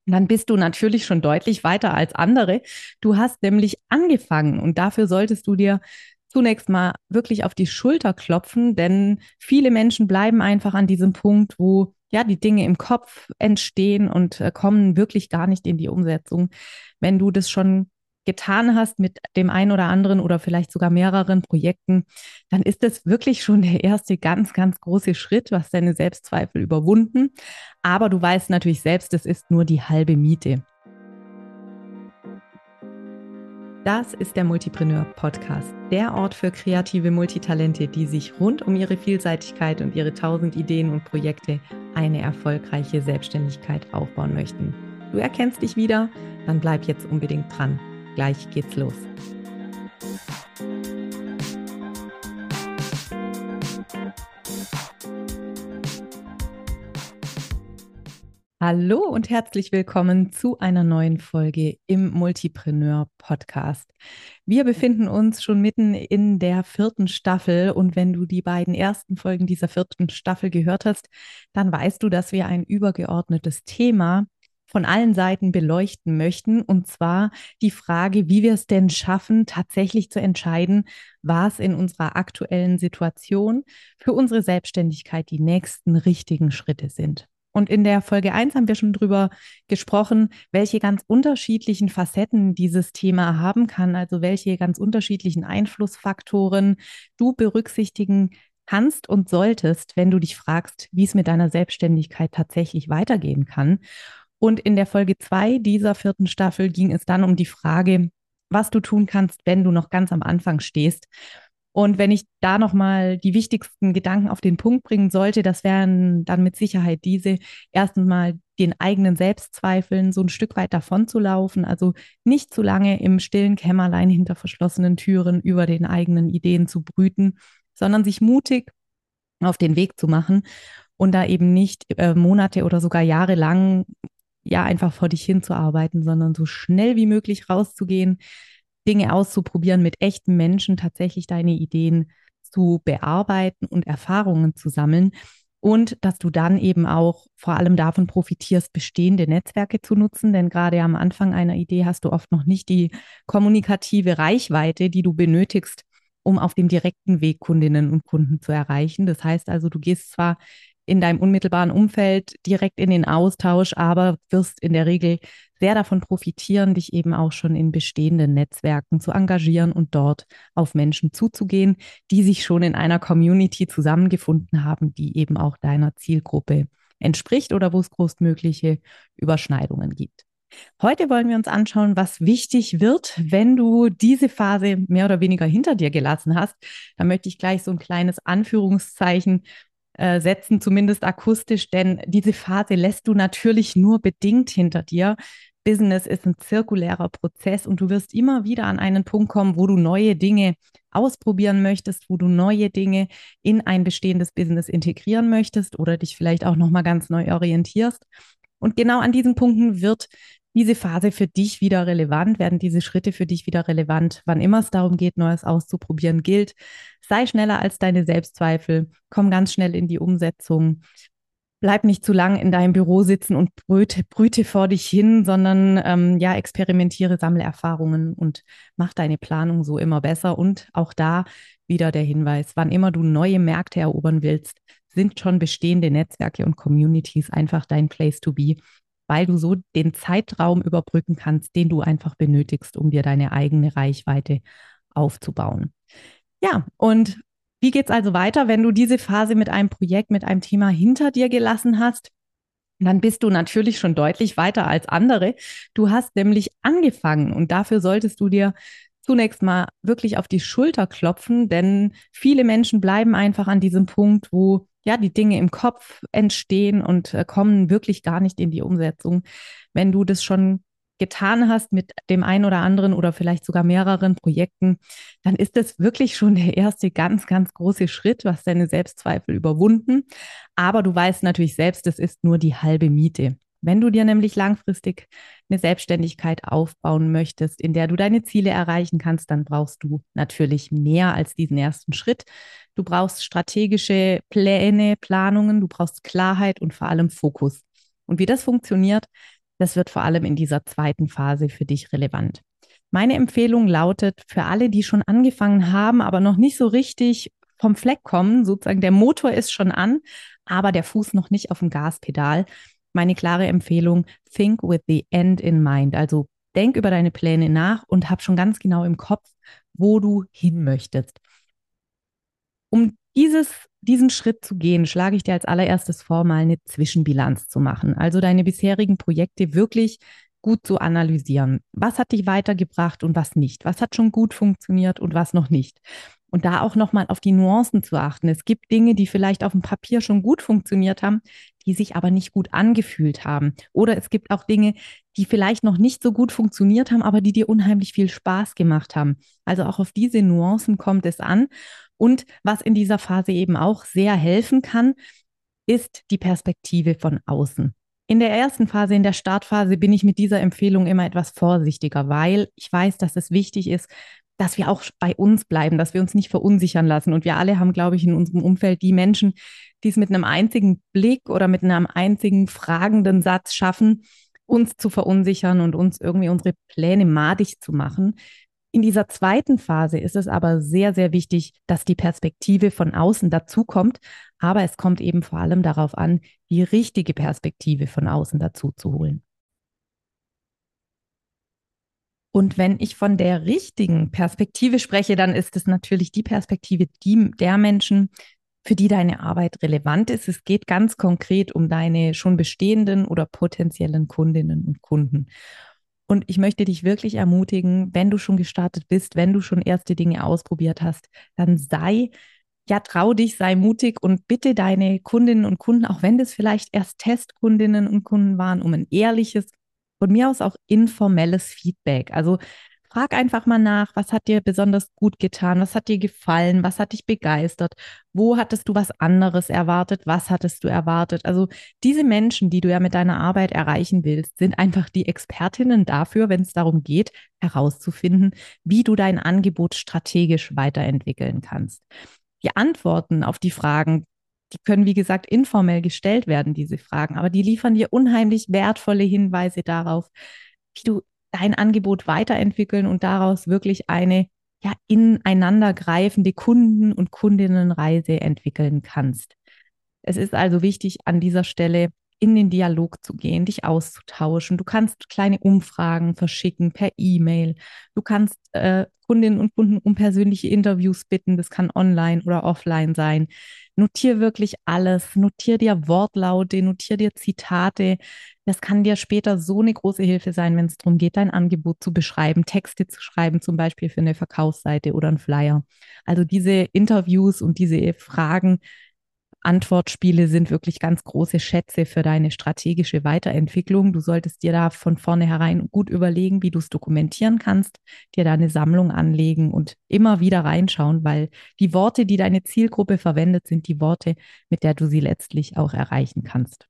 dann bist du natürlich schon deutlich weiter als andere. Du hast nämlich angefangen und dafür solltest du dir zunächst mal wirklich auf die Schulter klopfen, denn viele Menschen bleiben einfach an diesem Punkt, wo ja die Dinge im Kopf entstehen und kommen wirklich gar nicht in die Umsetzung. Wenn du das schon getan hast mit dem einen oder anderen oder vielleicht sogar mehreren Projekten, dann ist das wirklich schon der erste ganz, ganz große Schritt, was deine Selbstzweifel überwunden. Aber du weißt natürlich selbst, es ist nur die halbe Miete. Das ist der Multipreneur Podcast, der Ort für kreative Multitalente, die sich rund um ihre Vielseitigkeit und ihre 1000 Ideen und Projekte eine erfolgreiche Selbstständigkeit aufbauen möchten. Du erkennst dich wieder? Dann bleib jetzt unbedingt dran. Gleich geht's los. Hallo und herzlich willkommen zu einer neuen Folge im Multipreneur Podcast. Wir befinden uns schon mitten in der 4. Staffel und wenn du die beiden ersten Folgen dieser 4. Staffel gehört hast, dann weißt du, dass wir ein übergeordnetes Thema von allen Seiten beleuchten möchten, und zwar die Frage, wie wir es denn schaffen, tatsächlich zu entscheiden, was in unserer aktuellen Situation für unsere Selbstständigkeit die nächsten richtigen Schritte sind. Und in der Folge 1 haben wir schon drüber gesprochen, welche ganz unterschiedlichen Facetten dieses Thema haben kann, also welche ganz unterschiedlichen Einflussfaktoren du berücksichtigen kannst und solltest, wenn du dich fragst, wie es mit deiner Selbstständigkeit tatsächlich weitergehen kann. Und in der Folge 2 dieser 4. Staffel ging es dann um die Frage, was du tun kannst, wenn du noch ganz am Anfang stehst. Und wenn ich da nochmal die wichtigsten Gedanken auf den Punkt bringen sollte, das wären dann mit Sicherheit diese: erstens mal den eigenen Selbstzweifeln so ein Stück weit davon zu laufen, also nicht zu lange im stillen Kämmerlein hinter verschlossenen Türen über den eigenen Ideen zu brüten, sondern sich mutig auf den Weg zu machen und da eben nicht Monate oder sogar Jahre lang ja einfach vor dich hinzuarbeiten, sondern so schnell wie möglich rauszugehen, Dinge auszuprobieren, mit echten Menschen tatsächlich deine Ideen zu bearbeiten und Erfahrungen zu sammeln. Und dass du dann eben auch vor allem davon profitierst, bestehende Netzwerke zu nutzen. Denn gerade am Anfang einer Idee hast du oft noch nicht die kommunikative Reichweite, die du benötigst, um auf dem direkten Weg Kundinnen und Kunden zu erreichen. Das heißt also, du gehst zwar in deinem unmittelbaren Umfeld direkt in den Austausch, aber wirst in der Regel sehr davon profitieren, dich eben auch schon in bestehenden Netzwerken zu engagieren und dort auf Menschen zuzugehen, die sich schon in einer Community zusammengefunden haben, die eben auch deiner Zielgruppe entspricht oder wo es großmögliche Überschneidungen gibt. Heute wollen wir uns anschauen, was wichtig wird, wenn du diese Phase mehr oder weniger hinter dir gelassen hast. Da möchte ich gleich so ein kleines Anführungszeichen setzen, zumindest akustisch, denn diese Phase lässt du natürlich nur bedingt hinter dir. Business ist ein zirkulärer Prozess und du wirst immer wieder an einen Punkt kommen, wo du neue Dinge ausprobieren möchtest, wo du neue Dinge in ein bestehendes Business integrieren möchtest oder dich vielleicht auch nochmal ganz neu orientierst. Und genau an diesen Punkten wird diese Phase für dich wieder relevant, werden diese Schritte für dich wieder relevant, wann immer es darum geht, Neues auszuprobieren, gilt: sei schneller als deine Selbstzweifel, komm ganz schnell in die Umsetzung, bleib nicht zu lang in deinem Büro sitzen und brüte vor dich hin, sondern ja, experimentiere, sammle Erfahrungen und mach deine Planung so immer besser. Und auch da wieder der Hinweis: wann immer du neue Märkte erobern willst, sind schon bestehende Netzwerke und Communities einfach dein Place to be, weil du so den Zeitraum überbrücken kannst, den du einfach benötigst, um dir deine eigene Reichweite aufzubauen. Ja, und wie geht's also weiter, wenn du diese Phase mit einem Projekt, mit einem Thema hinter dir gelassen hast? Dann bist du natürlich schon deutlich weiter als andere. Du hast nämlich angefangen und dafür solltest du dir zunächst mal wirklich auf die Schulter klopfen, denn viele Menschen bleiben einfach an diesem Punkt, wo ja die Dinge im Kopf entstehen und kommen wirklich gar nicht in die Umsetzung. Wenn du das schon getan hast mit dem einen oder anderen oder vielleicht sogar mehreren Projekten, dann ist das wirklich schon der erste ganz, ganz große Schritt, was deine Selbstzweifel überwunden. Aber du weißt natürlich selbst, es ist nur die halbe Miete. Wenn du dir nämlich langfristig eine Selbstständigkeit aufbauen möchtest, in der du deine Ziele erreichen kannst, dann brauchst du natürlich mehr als diesen ersten Schritt. Du brauchst strategische Pläne, Planungen, du brauchst Klarheit und vor allem Fokus. Und wie das funktioniert, Das wird vor allem in dieser zweiten Phase für dich relevant. Meine Empfehlung lautet für alle, die schon angefangen haben, aber noch nicht so richtig vom Fleck kommen, sozusagen der Motor ist schon an, aber der Fuß noch nicht auf dem Gaspedal. Meine klare Empfehlung, think with the end in mind. Also denk über deine Pläne nach und hab schon ganz genau im Kopf, wo du hin möchtest. Um diesen Schritt zu gehen, schlage ich dir als allererstes vor, mal eine Zwischenbilanz zu machen. Also deine bisherigen Projekte wirklich gut zu analysieren. Was hat dich weitergebracht und was nicht? Was hat schon gut funktioniert und was noch nicht? Und da auch nochmal auf die Nuancen zu achten. Es gibt Dinge, die vielleicht auf dem Papier schon gut funktioniert haben, die sich aber nicht gut angefühlt haben. Oder es gibt auch Dinge, die vielleicht noch nicht so gut funktioniert haben, aber die dir unheimlich viel Spaß gemacht haben. Also auch auf diese Nuancen kommt es an. Und was in dieser Phase eben auch sehr helfen kann, ist die Perspektive von außen. In der ersten Phase, in der Startphase, bin ich mit dieser Empfehlung immer etwas vorsichtiger, weil ich weiß, dass es wichtig ist, dass wir auch bei uns bleiben, dass wir uns nicht verunsichern lassen. Und wir alle haben, glaube ich, in unserem Umfeld die Menschen, die es mit einem einzigen Blick oder mit einem einzigen fragenden Satz schaffen, uns zu verunsichern und uns irgendwie unsere Pläne madig zu machen. In dieser zweiten Phase ist es aber sehr, sehr wichtig, dass die Perspektive von außen dazukommt. Aber es kommt eben vor allem darauf an, die richtige Perspektive von außen dazu zu holen. Und wenn ich von der richtigen Perspektive spreche, dann ist es natürlich die Perspektive der Menschen, für die deine Arbeit relevant ist. Es geht ganz konkret um deine schon bestehenden oder potenziellen Kundinnen und Kunden. Und ich möchte dich wirklich ermutigen, wenn du schon gestartet bist, wenn du schon erste Dinge ausprobiert hast, dann trau dich, sei mutig und bitte deine Kundinnen und Kunden, auch wenn das vielleicht erst Testkundinnen und Kunden waren, um ein ehrliches, von mir aus auch informelles Feedback. Also frag einfach mal nach, was hat dir besonders gut getan, was hat dir gefallen, was hat dich begeistert, wo hattest du was anderes erwartet, was hattest du erwartet. Also diese Menschen, die du ja mit deiner Arbeit erreichen willst, sind einfach die Expertinnen dafür, wenn es darum geht, herauszufinden, wie du dein Angebot strategisch weiterentwickeln kannst. Die Antworten auf die Fragen, die können, wie gesagt, informell gestellt werden, diese Fragen, aber die liefern dir unheimlich wertvolle Hinweise darauf, wie du dein Angebot weiterentwickeln und daraus wirklich eine ineinandergreifende Kunden- und Kundinnenreise entwickeln kannst. Es ist also wichtig, an dieser Stelle in den Dialog zu gehen, dich auszutauschen. Du kannst kleine Umfragen verschicken per E-Mail. Du kannst Kundinnen und Kunden um persönliche Interviews bitten. Das kann online oder offline sein. Notier wirklich alles. Notier dir Wortlaute, notier dir Zitate. Das kann dir später so eine große Hilfe sein, wenn es darum geht, dein Angebot zu beschreiben, Texte zu schreiben, zum Beispiel für eine Verkaufsseite oder einen Flyer. Also diese Interviews und diese Fragen, Antwortspiele sind wirklich ganz große Schätze für deine strategische Weiterentwicklung. Du solltest dir da von vornherein gut überlegen, wie du es dokumentieren kannst, dir da eine Sammlung anlegen und immer wieder reinschauen, weil die Worte, die deine Zielgruppe verwendet, sind die Worte, mit der du sie letztlich auch erreichen kannst.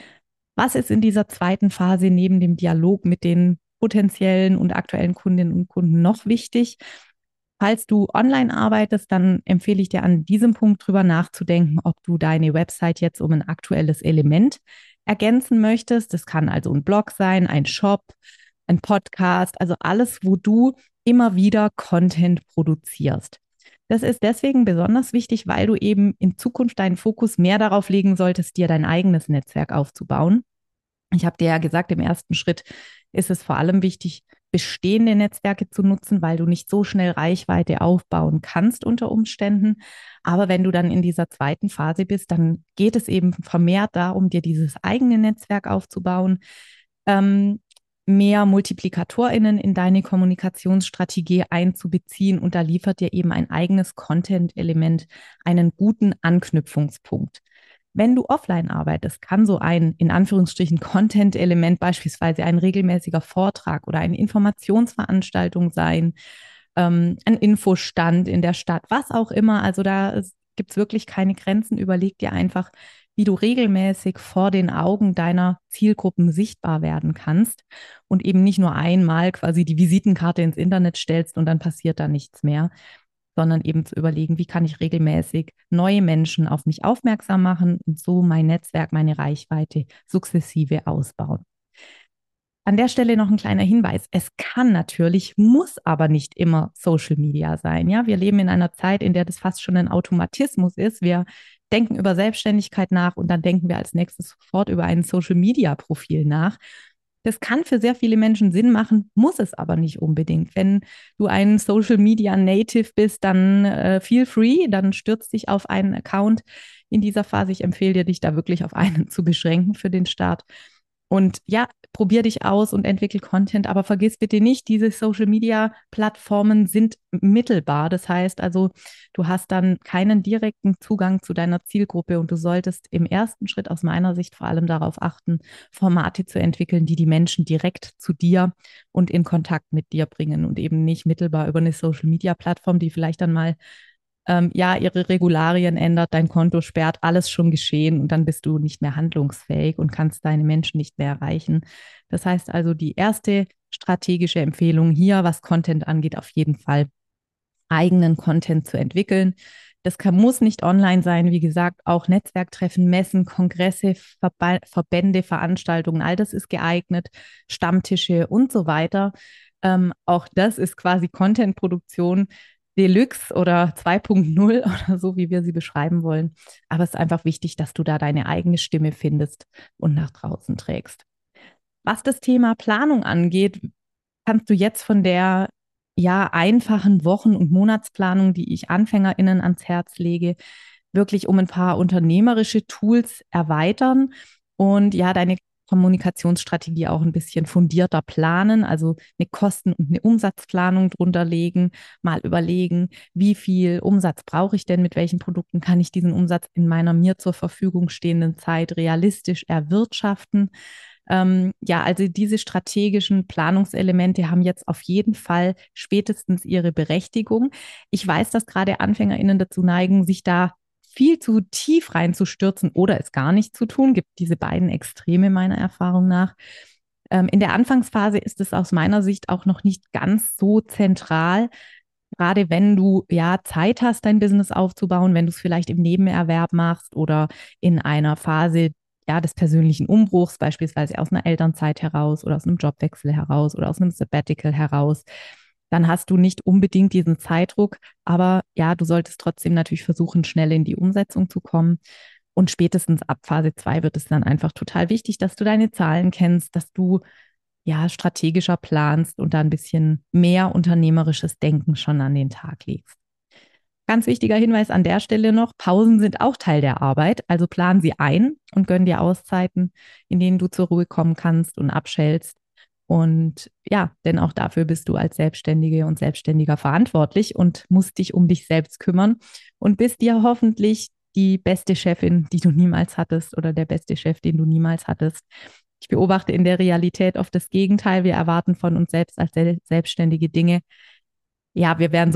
Was ist in dieser zweiten Phase neben dem Dialog mit den potenziellen und aktuellen Kundinnen und Kunden noch wichtig? Falls du online arbeitest, dann empfehle ich dir an diesem Punkt drüber nachzudenken, ob du deine Website jetzt um ein aktuelles Element ergänzen möchtest. Das kann also ein Blog sein, ein Shop, ein Podcast, also alles, wo du immer wieder Content produzierst. Das ist deswegen besonders wichtig, weil du eben in Zukunft deinen Fokus mehr darauf legen solltest, dir dein eigenes Netzwerk aufzubauen. Ich habe dir ja gesagt, im ersten Schritt ist es vor allem wichtig, bestehende Netzwerke zu nutzen, weil du nicht so schnell Reichweite aufbauen kannst unter Umständen. Aber wenn du dann in dieser zweiten Phase bist, dann geht es eben vermehrt darum, dir dieses eigene Netzwerk aufzubauen, ähm, mehr MultiplikatorInnen in deine Kommunikationsstrategie einzubeziehen und da liefert dir eben ein eigenes Content-Element einen guten Anknüpfungspunkt. Wenn du offline arbeitest, kann so ein in Anführungsstrichen Content-Element beispielsweise ein regelmäßiger Vortrag oder eine Informationsveranstaltung sein, ein Infostand in der Stadt, was auch immer. Also da gibt es wirklich keine Grenzen. Überleg dir einfach, wie du regelmäßig vor den Augen deiner Zielgruppen sichtbar werden kannst und eben nicht nur einmal quasi die Visitenkarte ins Internet stellst und dann passiert da nichts mehr, sondern eben zu überlegen, wie kann ich regelmäßig neue Menschen auf mich aufmerksam machen und so mein Netzwerk, meine Reichweite sukzessive ausbauen. An der Stelle noch ein kleiner Hinweis. Es kann natürlich, muss aber nicht immer Social Media sein. Ja, wir leben in einer Zeit, in der das fast schon ein Automatismus ist. Wir denken über Selbstständigkeit nach und dann denken wir als nächstes sofort über ein Social Media Profil nach. Das kann für sehr viele Menschen Sinn machen, muss es aber nicht unbedingt. Wenn du ein Social Media Native bist, dann feel free, dann stürz dich auf einen Account in dieser Phase. Ich empfehle dir, dich da wirklich auf einen zu beschränken für den Start. Und ja, probier dich aus und entwickel Content, aber vergiss bitte nicht, diese Social Media Plattformen sind mittelbar. Das heißt also, du hast dann keinen direkten Zugang zu deiner Zielgruppe und du solltest im ersten Schritt aus meiner Sicht vor allem darauf achten, Formate zu entwickeln, die die Menschen direkt zu dir und in Kontakt mit dir bringen und eben nicht mittelbar über eine Social Media Plattform, die vielleicht dann mal ja, ihre Regularien ändert, dein Konto sperrt, alles schon geschehen und dann bist du nicht mehr handlungsfähig und kannst deine Menschen nicht mehr erreichen. Das heißt also, die erste strategische Empfehlung hier, was Content angeht, auf jeden Fall eigenen Content zu entwickeln. Das muss nicht online sein, wie gesagt, auch Netzwerktreffen, Messen, Kongresse, Verbände, Veranstaltungen, all das ist geeignet, Stammtische und so weiter. Auch das ist quasi Content-Produktion Deluxe oder 2.0 oder so, wie wir sie beschreiben wollen. Aber es ist einfach wichtig, dass du da deine eigene Stimme findest und nach draußen trägst. Was das Thema Planung angeht, kannst du jetzt von der ja einfachen Wochen- und Monatsplanung, die ich AnfängerInnen ans Herz lege, wirklich um ein paar unternehmerische Tools erweitern und ja, deine Kommunikationsstrategie auch ein bisschen fundierter planen, also eine Kosten- und eine Umsatzplanung drunter legen, mal überlegen, wie viel Umsatz brauche ich denn, mit welchen Produkten kann ich diesen Umsatz in meiner mir zur Verfügung stehenden Zeit realistisch erwirtschaften. Ja, also diese strategischen Planungselemente haben jetzt auf jeden Fall spätestens ihre Berechtigung. Ich weiß, dass gerade AnfängerInnen dazu neigen, sich da viel zu tief reinzustürzen oder es gar nicht zu tun. Gibt diese beiden Extreme meiner Erfahrung nach. In der Anfangsphase ist es aus meiner Sicht auch noch nicht ganz so zentral, gerade wenn du ja Zeit hast, dein Business aufzubauen, wenn du es vielleicht im Nebenerwerb machst oder in einer Phase ja, des persönlichen Umbruchs, beispielsweise aus einer Elternzeit heraus oder aus einem Jobwechsel heraus oder aus einem Sabbatical heraus, dann hast du nicht unbedingt diesen Zeitdruck, aber ja, du solltest trotzdem natürlich versuchen, schnell in die Umsetzung zu kommen. Und spätestens ab Phase 2 wird es dann einfach total wichtig, dass du deine Zahlen kennst, dass du ja strategischer planst und da ein bisschen mehr unternehmerisches Denken schon an den Tag legst. Ganz wichtiger Hinweis an der Stelle noch, Pausen sind auch Teil der Arbeit, also plan sie ein und gönn dir Auszeiten, in denen du zur Ruhe kommen kannst und abschältst. Und ja, denn auch dafür bist du als Selbstständige und Selbstständiger verantwortlich und musst dich um dich selbst kümmern und bist dir hoffentlich die beste Chefin, die du niemals hattest oder der beste Chef, den du niemals hattest. Ich beobachte in der Realität oft das Gegenteil. Wir erwarten von uns selbst als Selbstständige Dinge. Ja,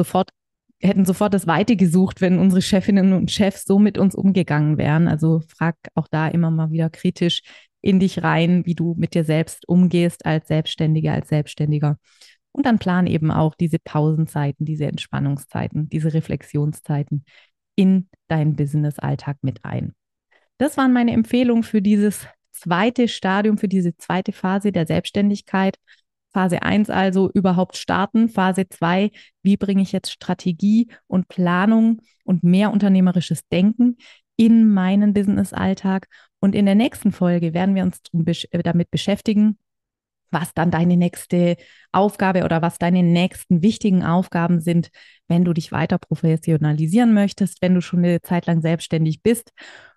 hätten sofort das Weite gesucht, wenn unsere Chefinnen und Chefs so mit uns umgegangen wären. Also frag auch da immer mal wieder kritisch in dich rein, wie du mit dir selbst umgehst als Selbstständige, als Selbstständiger. Und dann plan eben auch diese Pausenzeiten, diese Entspannungszeiten, diese Reflexionszeiten in deinen Business-Alltag mit ein. Das waren meine Empfehlungen für dieses zweite Stadium, für diese zweite Phase der Selbstständigkeit. Phase 1 also überhaupt starten. Phase 2, wie bringe ich jetzt Strategie und Planung und mehr unternehmerisches Denken in meinen Business-Alltag. Und in der nächsten Folge werden wir uns damit beschäftigen, was dann deine nächste Aufgabe oder was deine nächsten wichtigen Aufgaben sind, wenn du dich weiter professionalisieren möchtest, wenn du schon eine Zeit lang selbstständig bist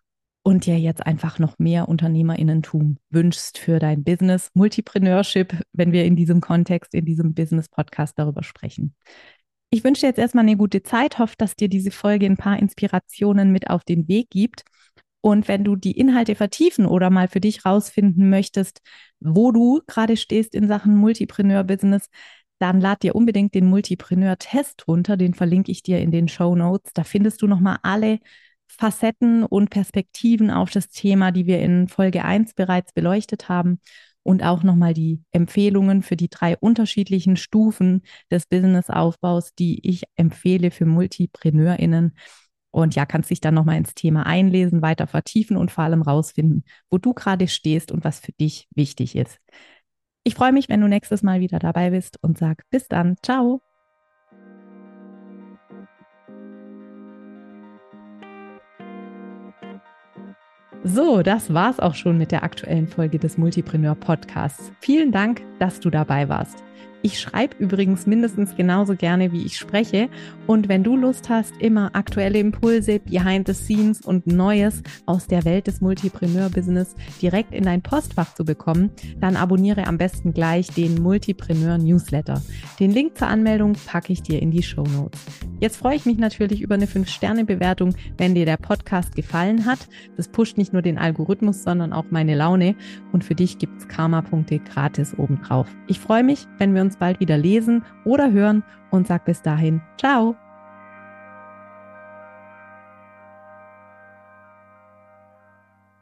und dir jetzt einfach noch mehr UnternehmerInnentum wünschst für dein Business, Multipreneurship, wenn wir in diesem Kontext, in diesem Business-Podcast darüber sprechen. Ich wünsche dir jetzt erstmal eine gute Zeit, hoffe, dass dir diese Folge ein paar Inspirationen mit auf den Weg gibt. Und wenn du die Inhalte vertiefen oder mal für dich rausfinden möchtest, wo du gerade stehst in Sachen Multipreneur-Business, dann lad dir unbedingt den Multipreneur-Test runter. Den verlinke ich dir in den Show Notes. Da findest du nochmal alle Facetten und Perspektiven auf das Thema, die wir in Folge 1 bereits beleuchtet haben. Und auch nochmal die Empfehlungen für die 3 unterschiedlichen Stufen des Businessaufbaus, die ich empfehle für MultipreneurInnen. Und ja, kannst dich dann nochmal ins Thema einlesen, weiter vertiefen und vor allem rausfinden, wo du gerade stehst und was für dich wichtig ist. Ich freue mich, wenn du nächstes Mal wieder dabei bist und sag bis dann. Ciao. So, das war's auch schon mit der aktuellen Folge des Multipreneur Podcasts. Vielen Dank, dass du dabei warst. Ich schreibe übrigens mindestens genauso gerne, wie ich spreche. Und wenn du Lust hast, immer aktuelle Impulse, Behind the Scenes und Neues aus der Welt des Multipreneur-Business direkt in dein Postfach zu bekommen, dann abonniere am besten gleich den Multipreneur Newsletter. Den Link zur Anmeldung packe ich dir in die Shownotes. Jetzt freue ich mich natürlich über eine 5-Sterne-Bewertung, wenn dir der Podcast gefallen hat. Das pusht nicht nur den Algorithmus, sondern auch meine Laune. Und für dich gibt's Karma-Punkte gratis obendrauf. Ich freue mich, wenn wir uns bald wieder lesen oder hören und sag bis dahin, ciao.